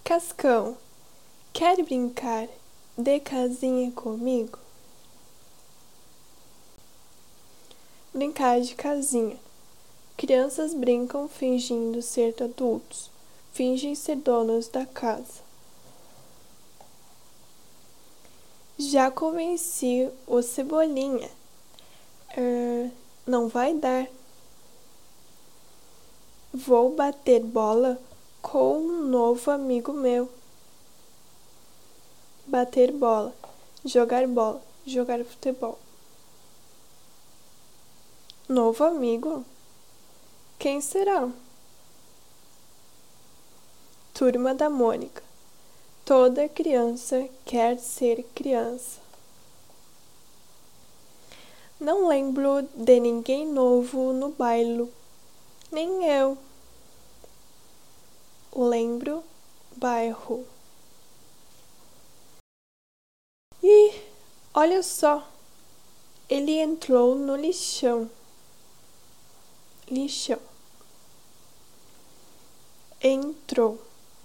Cascão, quer brincar de casinha comigo? Brincar de casinha. Crianças brincam fingindo ser adultos, fingem ser donos da casa. Já convenci o Cebolinha. Não vai dar. Vou bater bola com um novo amigo meu. Bater bola, jogar futebol. Novo amigo? Quem será? Turma da Mônica. Toda criança quer ser criança. Não lembro de ninguém novo no bairro, nem eu. Lembro bairro. Ih, olha só, ele entrou no lixão. Lixão. Entrou.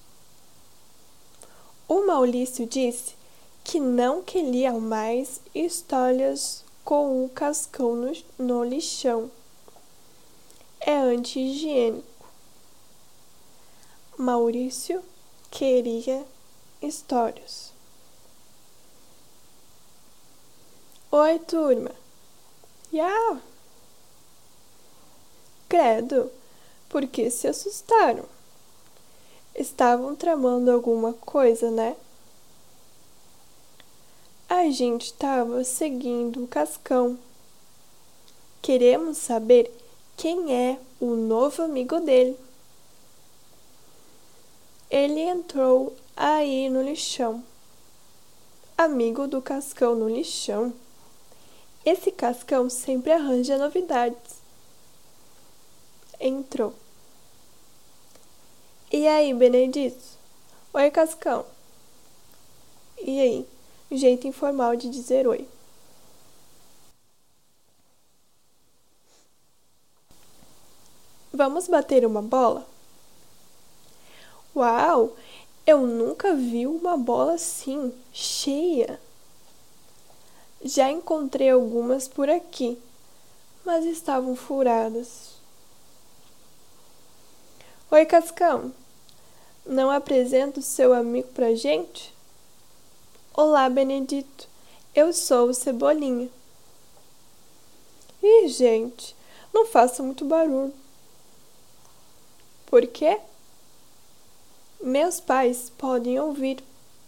O Maurício disse que não queria mais histórias com o Cascão no lixão. É anti-higiênico. Maurício queria histórias. Oi, turma. Ya! Credo, por que se assustaram? Estavam tramando alguma coisa, né? A gente estava seguindo o Cascão. Queremos saber quem é o novo amigo dele. Ele entrou aí no lixão. Amigo do Cascão no lixão? Esse Cascão sempre arranja novidades. Entrou. E aí, Benedito? Oi, Cascão. E aí? Jeito informal de dizer oi. Vamos bater uma bola? Uau! Eu nunca vi uma bola assim, cheia. Já encontrei algumas por aqui, mas estavam furadas. Oi, Cascão. Não apresenta o seu amigo pra gente? Olá, Benedito. Eu sou o Cebolinha. Ih, gente, não faça muito barulho. Por quê? Meus pais podem ouvir.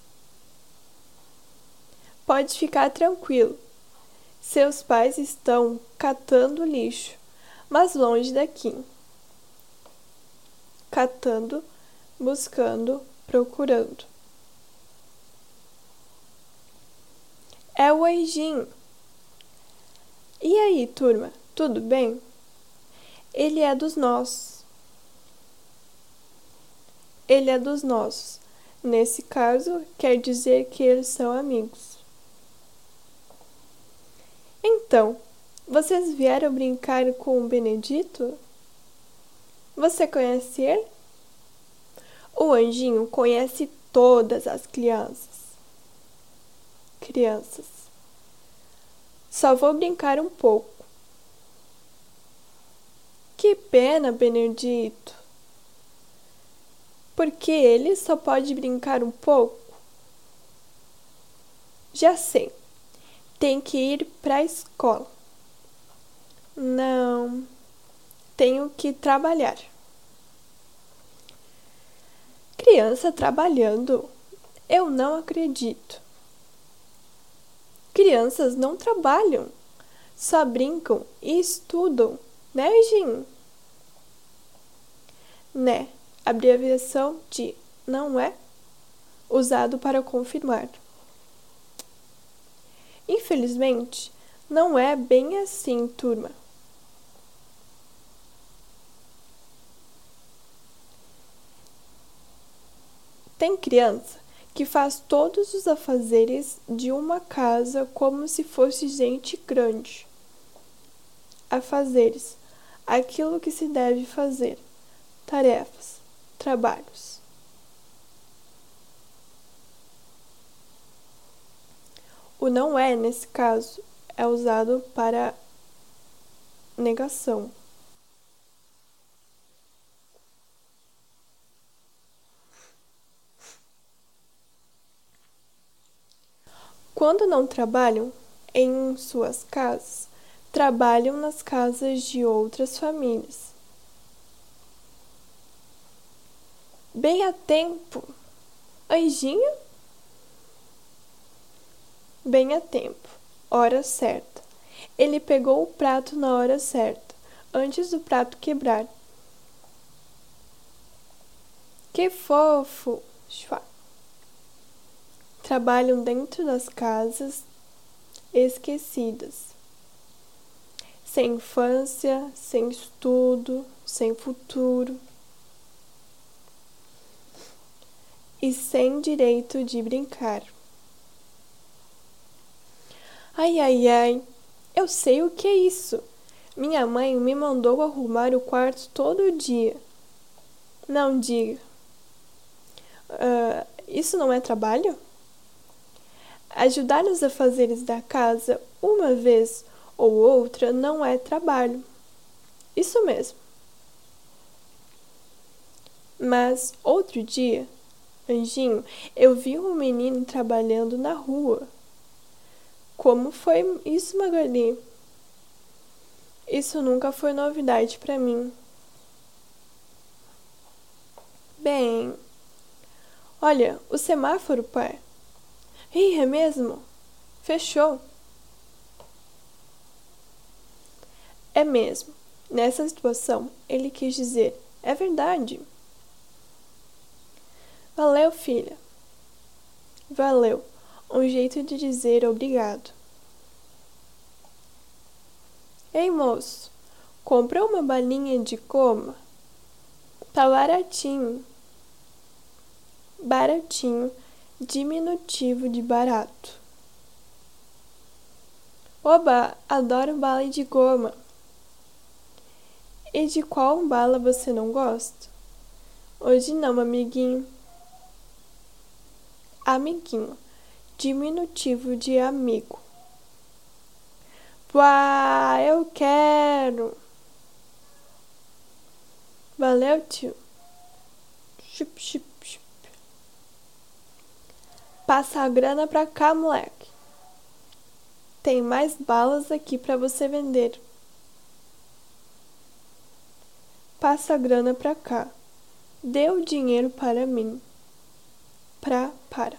Pode ficar tranquilo. Seus pais estão catando lixo, mas longe daqui. Catando, buscando, procurando. É o anjinho. E aí, turma, tudo bem? Ele é dos nossos. Ele é dos nossos. Nesse caso, quer dizer que eles são amigos. Então, vocês vieram brincar com o Benedito? Você conhece ele? O anjinho conhece todas as crianças. Só vou brincar um pouco. Que pena, Benedito. Porque ele só pode brincar um pouco? Já sei. Tem que ir para a escola. Não. Tenho que trabalhar. Criança trabalhando? Eu não acredito. Crianças não trabalham, só brincam e estudam, né, Jim? Né, abreviação de não é, usado para confirmar. Infelizmente, não é bem assim, turma. Tem criança que faz todos os afazeres de uma casa como se fosse gente grande. Afazeres, aquilo que se deve fazer, tarefas, trabalhos. O não é, nesse caso, é usado para negação. Quando não trabalham em suas casas, trabalham nas casas de outras famílias. Bem a tempo. Anjinho? Bem a tempo. Hora certa. Ele pegou o prato na hora certa, antes do prato quebrar. Que fofo! Chua. Trabalham dentro das casas esquecidas. Sem infância, sem estudo, sem futuro. E sem direito de brincar. Ai, ai, ai, eu sei o que é isso. Minha mãe me mandou arrumar o quarto todo dia. Não diga. Isso não é trabalho? Ajudar nos afazeres da casa uma vez ou outra não é trabalho. Isso mesmo. Mas outro dia, Anjinho, eu vi um menino trabalhando na rua. Como foi isso, Magali? Isso nunca foi novidade para mim. Bem, olha, o semáforo, pai. Ih, é mesmo? Fechou. É mesmo. Nessa situação, ele quis dizer, é verdade. Valeu, filha. Valeu. Um jeito de dizer obrigado. Ei, moço, compra uma balinha de goma? Tá baratinho. Baratinho, diminutivo de barato. Oba, adoro bala de goma. E de qual bala você não gosta? Hoje não, amiguinho. Amiguinho, diminutivo de amigo. Uau, eu quero! Valeu, tio. Chup, chup, chup. Passa a grana pra cá, moleque. Tem mais balas aqui pra você vender. Passa a grana pra cá. Dê o dinheiro para mim. Para.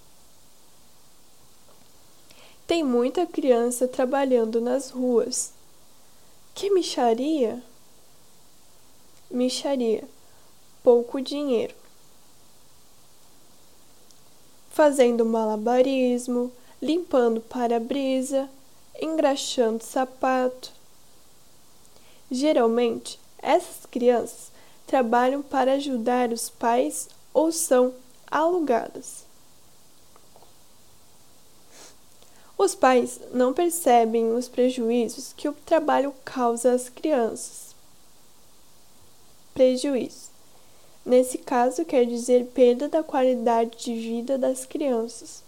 Tem muita criança trabalhando nas ruas. Que mixaria? Mixaria. Pouco dinheiro. Fazendo malabarismo, limpando para-brisa, engraxando sapato. Geralmente, essas crianças trabalham para ajudar os pais ou são alugadas. Os pais não percebem os prejuízos que o trabalho causa às crianças. Prejuízo. Nesse caso, quer dizer perda da qualidade de vida das crianças.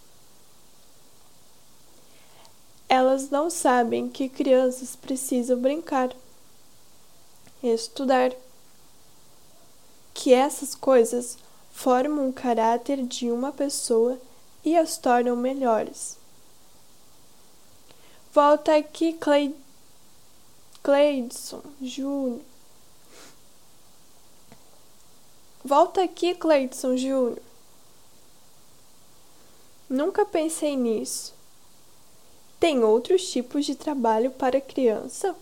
Elas não sabem que crianças precisam brincar, estudar, que essas coisas formam o caráter de uma pessoa e as tornam melhores. Volta aqui, Cleidson Júnior. Volta aqui, Cleidson Júnior. Nunca pensei nisso. Tem outros tipos de trabalho para criança?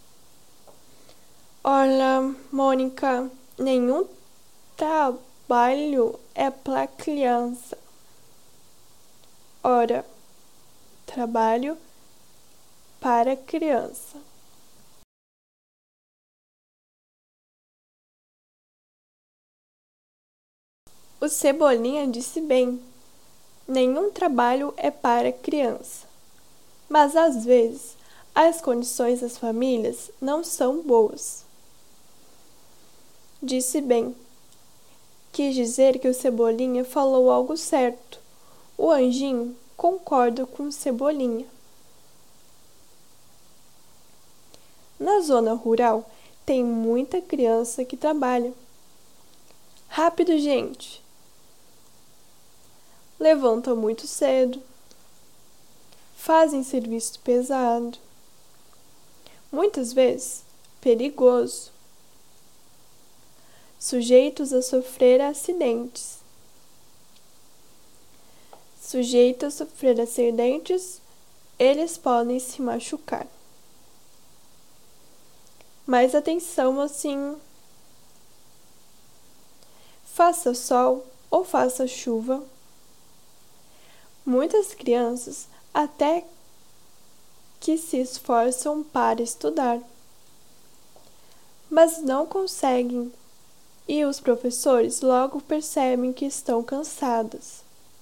Olha, Mônica, nenhum trabalho é para criança. Ora, trabalho para criança. O Cebolinha disse bem: nenhum trabalho é para criança. Mas às vezes as condições das famílias não são boas. Disse bem. Quis dizer que o Cebolinha falou algo certo. O Anjinho concordo com Cebolinha. Na zona rural, tem muita criança que trabalha. Rápido, gente! Levantam muito cedo, fazem serviço pesado, muitas vezes perigoso, sujeitos a sofrer acidentes. Eles podem se machucar. Mas atenção assim, faça sol ou faça chuva, muitas crianças até que se esforçam para estudar, mas não conseguem e os professores logo percebem que estão cansadas.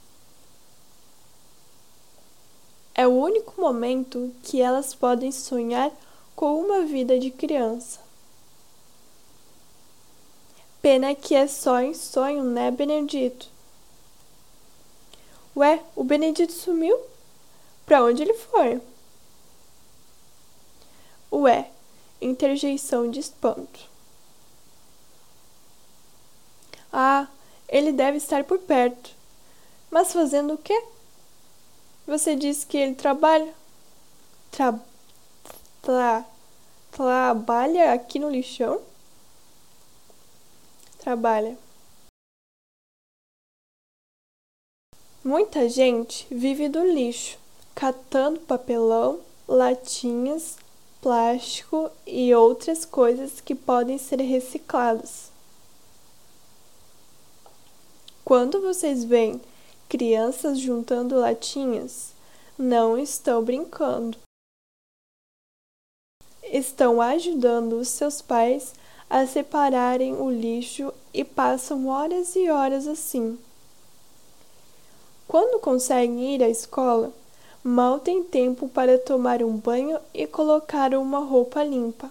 É o único momento que elas podem sonhar com uma vida de criança. Pena que é só em sonho, né, Benedito? Ué, o Benedito sumiu? Pra onde ele foi? Ué, interjeição de espanto. Ah, ele deve estar por perto. Mas fazendo o quê? Você disse que ele trabalha? Trabalha aqui no lixão? Trabalha. Muita gente vive do lixo, catando papelão, latinhas, plástico e outras coisas que podem ser recicladas. Quando vocês veem crianças juntando latinhas, não estão brincando. Estão ajudando os seus pais a separarem o lixo e passam horas e horas assim. Quando conseguem ir à escola, mal têm tempo para tomar um banho e colocar uma roupa limpa.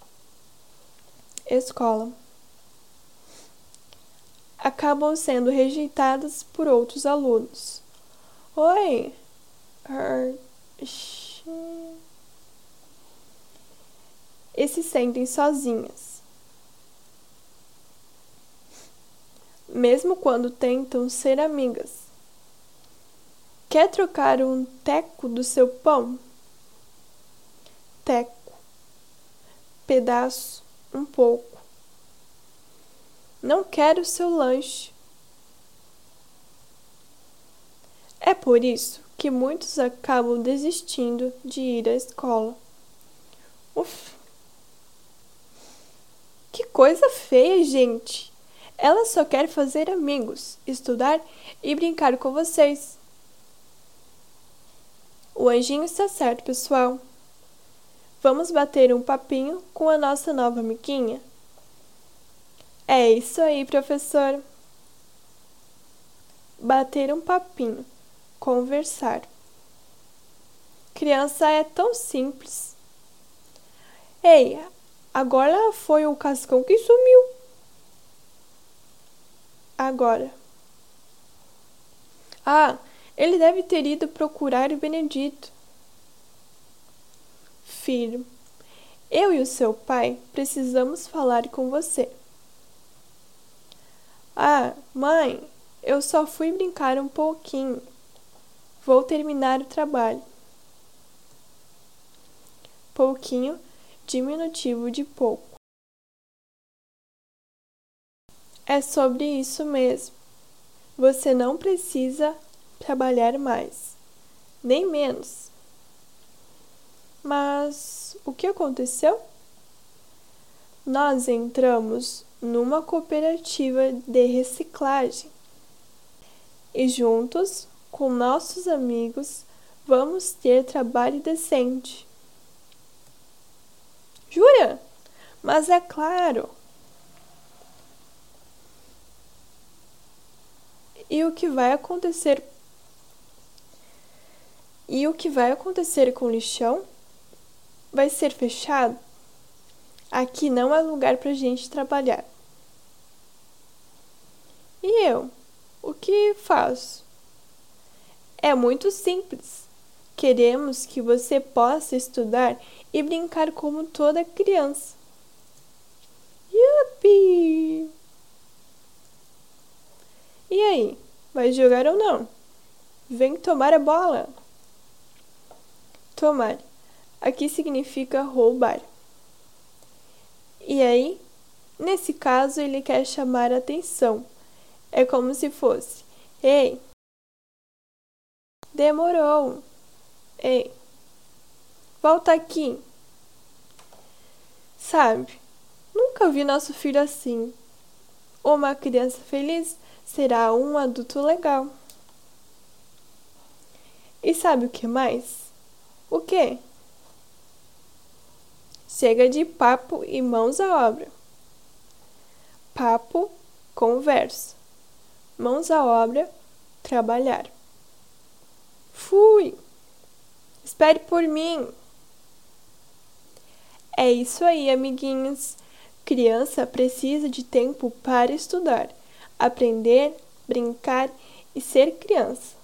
Escola. Acabam sendo rejeitadas por outros alunos. Oi. E se sentem sozinhas. Mesmo quando tentam ser amigas. Quer trocar um teco do seu pão? Teco. Pedaço, um pouco. Não quero o seu lanche. É por isso que muitos acabam desistindo de ir à escola. Uf! Que coisa feia, gente! Ela só quer fazer amigos, estudar e brincar com vocês. O anjinho está certo, pessoal. Vamos bater um papinho com a nossa nova amiguinha? É isso aí, professor. Bater um papinho, conversar. Criança é tão simples. Ei, agora foi o Cascão que sumiu. Agora. Ah, ele deve ter ido procurar o Benedito. Filho, eu e o seu pai precisamos falar com você. Ah, mãe, eu só fui brincar um pouquinho. Vou terminar o trabalho. Pouquinho, diminutivo de pouco. É sobre isso mesmo. Você não precisa trabalhar mais, nem menos. Mas o que aconteceu? Nós entramos numa cooperativa de reciclagem e juntos, com nossos amigos, vamos ter trabalho decente. Jura? Mas é claro. E o que vai acontecer? E o que vai acontecer com o lixão? Vai ser fechado? Aqui não é lugar pra gente trabalhar. E eu? O que faço? É muito simples. Queremos que você possa estudar e brincar como toda criança. Yupi! E aí, vai jogar ou não? Vem tomar a bola. Tomar. Aqui significa roubar. E aí, nesse caso, ele quer chamar a atenção. É como se fosse: Ei, demorou. Ei, volta aqui. Sabe, nunca vi nosso filho assim. Uma criança feliz será um adulto legal. E sabe o que mais? O quê? Chega de papo e mãos à obra. Papo, conversa. Mãos à obra, trabalhar. Fui! Espere por mim! É isso aí, amiguinhos. Criança precisa de tempo para estudar, aprender, brincar e ser criança.